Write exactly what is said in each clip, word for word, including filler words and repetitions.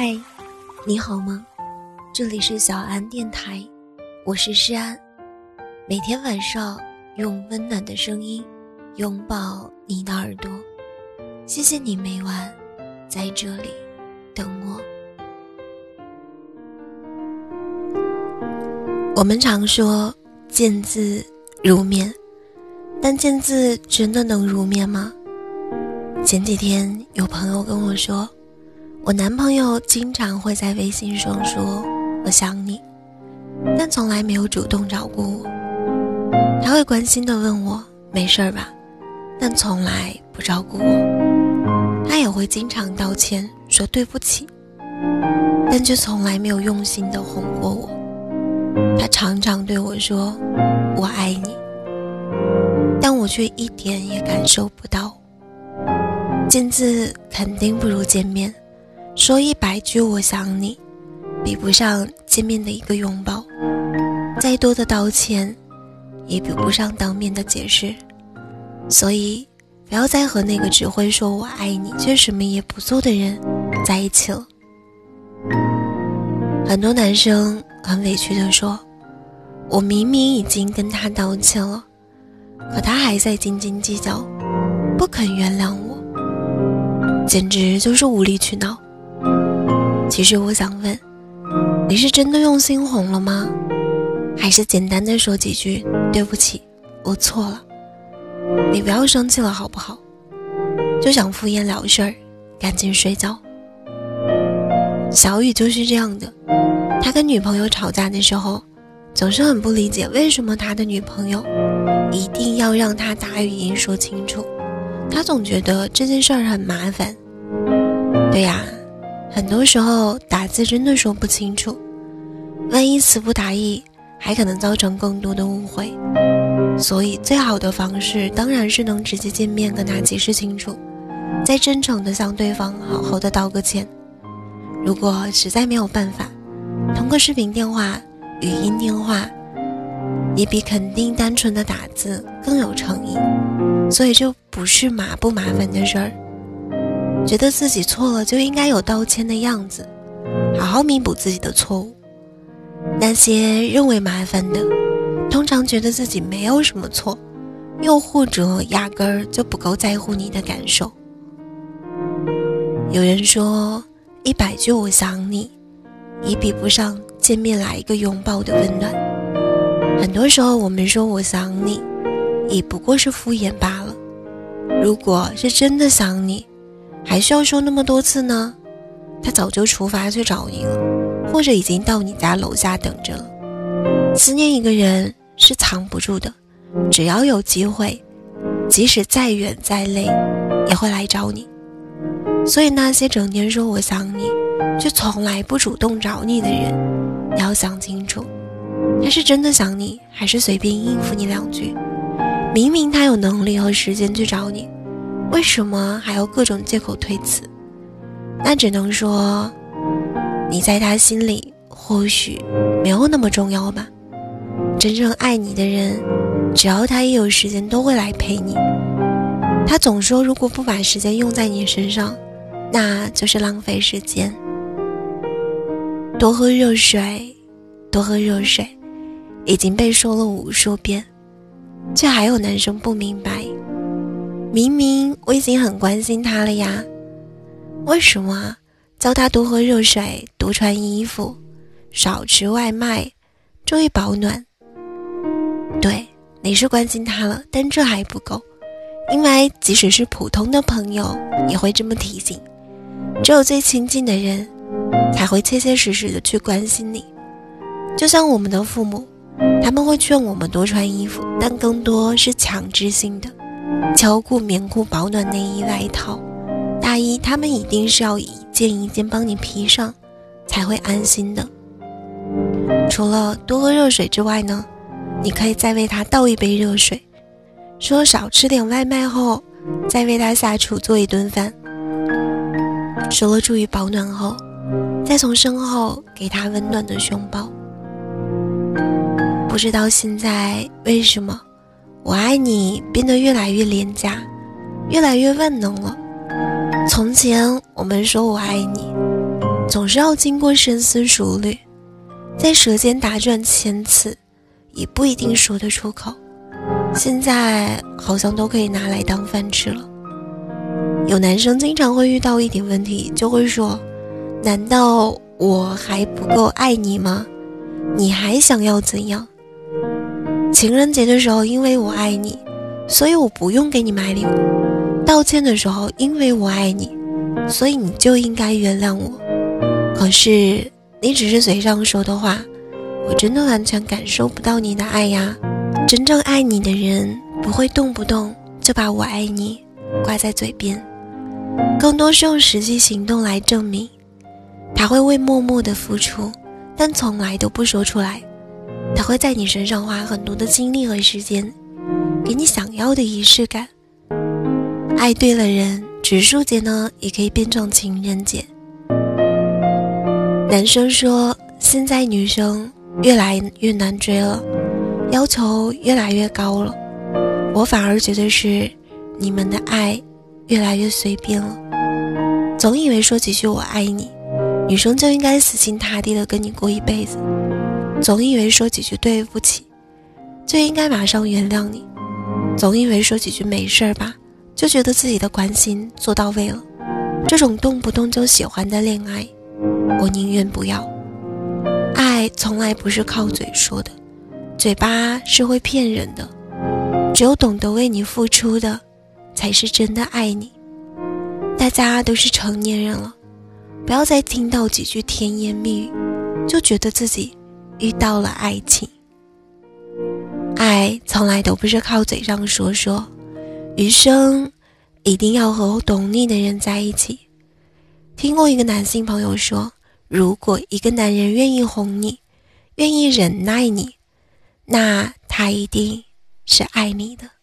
嗨，你好吗？这里是小安电台，我是诗安。每天晚上用温暖的声音拥抱你的耳朵，谢谢你每晚在这里等我。我们常说见字如面，但见字真的能如面吗？前几天有朋友跟我说，我男朋友经常会在微信上说我想你，但从来没有主动找过我。他会关心地问我没事吧，但从来不照顾我。他也会经常道歉说对不起，但却从来没有用心地哄过我。他常常对我说我爱你，但我却一点也感受不到。见字肯定不如见面，说一百句我想你，比不上见面的一个拥抱，再多的道歉也比不上当面的解释。所以不要再和那个只会说我爱你却什么也不做的人在一起了。很多男生很委屈地说，我明明已经跟他道歉了，可他还在斤斤计较，不肯原谅我，简直就是无理取闹。其实我想问，你是真的用心哄了吗？还是简单的说几句对不起，我错了，你不要生气了好不好？就想敷衍了事儿，赶紧睡觉。小雨就是这样的，他跟女朋友吵架的时候，总是很不理解为什么他的女朋友一定要让他打语音说清楚，他总觉得这件事儿很麻烦。对呀，很多时候打字真的说不清楚，万一词不达意，还可能造成更多的误会。所以最好的方式当然是能直接见面跟他解释清楚，再真诚地向对方好好的道个歉。如果实在没有办法，通过视频电话、语音电话也比肯定单纯的打字更有诚意。所以就不是麻不麻烦的事儿，觉得自己错了就应该有道歉的样子，好好弥补自己的错误。那些认为麻烦的，通常觉得自己没有什么错，又或者压根儿就不够在乎你的感受。有人说一百句我想你也比不上见面来一个拥抱的温暖。很多时候我们说我想你也不过是敷衍罢了，如果是真的想你，还需要说那么多次呢？他早就出发去找你了，或者已经到你家楼下等着了。思念一个人是藏不住的，只要有机会，即使再远再累也会来找你。所以那些整天说我想你却从来不主动找你的人，你要想清楚，他是真的想你，还是随便应付你两句？明明他有能力和时间去找你，为什么还要各种借口推辞？那只能说你在他心里或许没有那么重要吧。真正爱你的人，只要他一有时间都会来陪你。他总说如果不把时间用在你身上，那就是浪费时间。多喝热水，多喝热水，已经被说了无数遍，却还有男生不明白。明明我已经很关心他了呀，为什么叫他多喝热水，多穿衣服，少吃外卖，注意保暖？对，你是关心他了，但这还不够，因为即使是普通的朋友也会这么提醒，只有最亲近的人才会切切实实的去关心你。就像我们的父母，他们会劝我们多穿衣服，但更多是强制性的，秋裤、棉裤、保暖内衣、外套、大衣，他们一定是要一件一件帮你披上才会安心的。除了多喝热水之外呢，你可以再为他倒一杯热水，说少吃点外卖后再为他下厨做一顿饭，说了注意保暖后再从身后给他温暖的拥抱。不知道现在为什么我爱你变得越来越廉价，越来越万能了。从前我们说我爱你， 总是要经过深思熟虑，在舌尖打转千次，也不一定说得出口。现在好像都可以拿来当饭吃了。有男生经常会遇到一点问题，就会说，难道我还不够爱你吗？你还想要怎样？情人节的时候因为我爱你，所以我不用给你买礼物。道歉的时候因为我爱你，所以你就应该原谅我。可是你只是嘴上说的话，我真的完全感受不到你的爱呀。真正爱你的人不会动不动就把我爱你挂在嘴边，更多是用实际行动来证明。他会为默默的付出，但从来都不说出来。他会在你身上花很多的精力和时间，给你想要的仪式感。爱对了人，植树节呢也可以变成情人节。男生说，现在女生越来越难追了，要求越来越高了。我反而觉得是你们的爱越来越随便了。总以为说几句我爱你，女生就应该死心塌地的跟你过一辈子。总以为说几句对不起就应该马上原谅你。总以为说几句没事吧就觉得自己的关心做到位了。这种动不动就喜欢的恋爱，我宁愿不要。爱从来不是靠嘴说的，嘴巴是会骗人的。只有懂得为你付出的，才是真的爱你。大家都是成年人了，不要再听到几句甜言蜜语，就觉得自己遇到了爱情。爱从来都不是靠嘴上说说，余生一定要和懂你的人在一起。听过一个男性朋友说，如果一个男人愿意哄你，愿意忍耐你，那他一定是爱你的。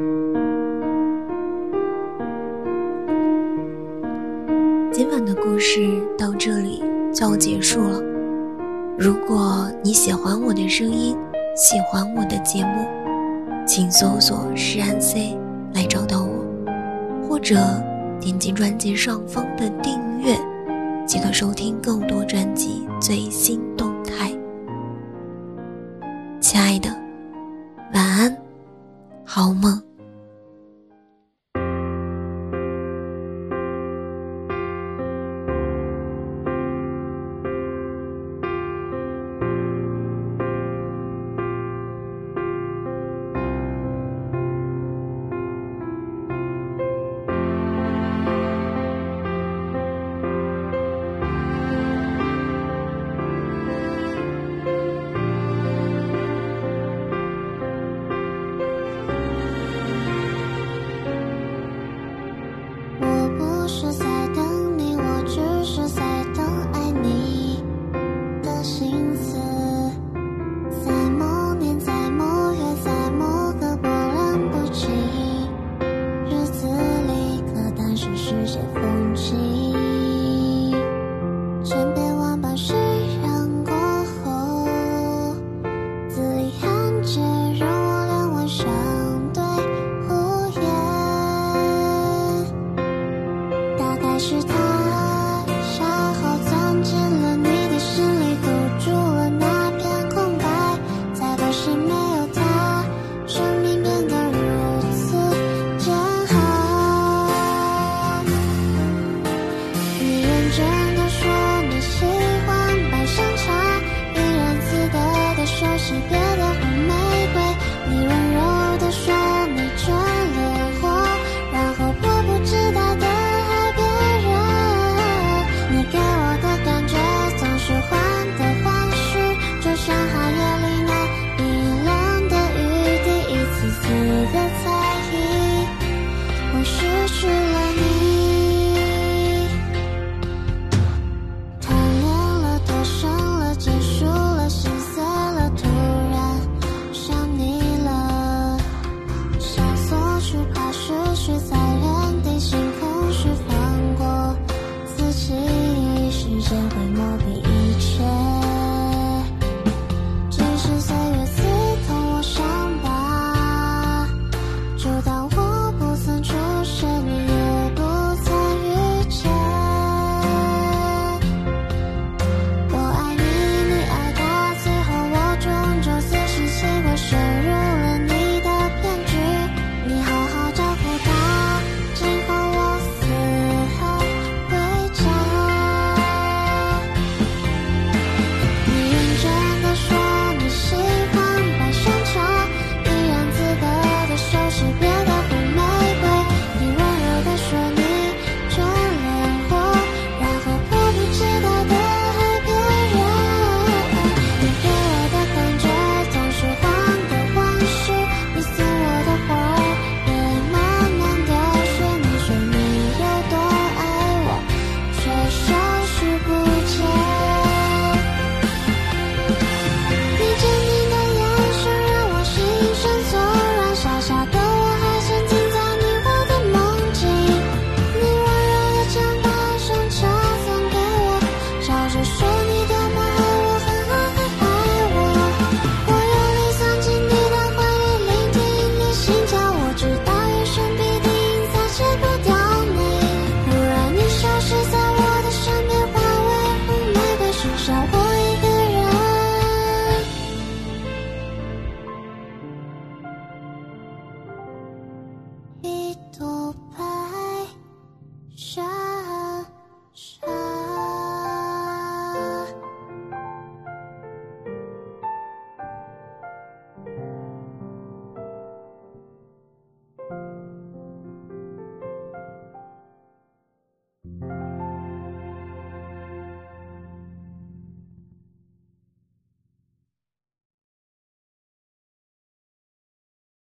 今晚的故事到这里就要结束了。如果你喜欢我的声音，喜欢我的节目，请搜索诗安 C 来找到我，或者点击专辑上方的订阅，即可收听更多专辑最新动态。亲爱的，晚安，好梦。 说你眷恋我，然后迫不及待地爱别人。 一朵白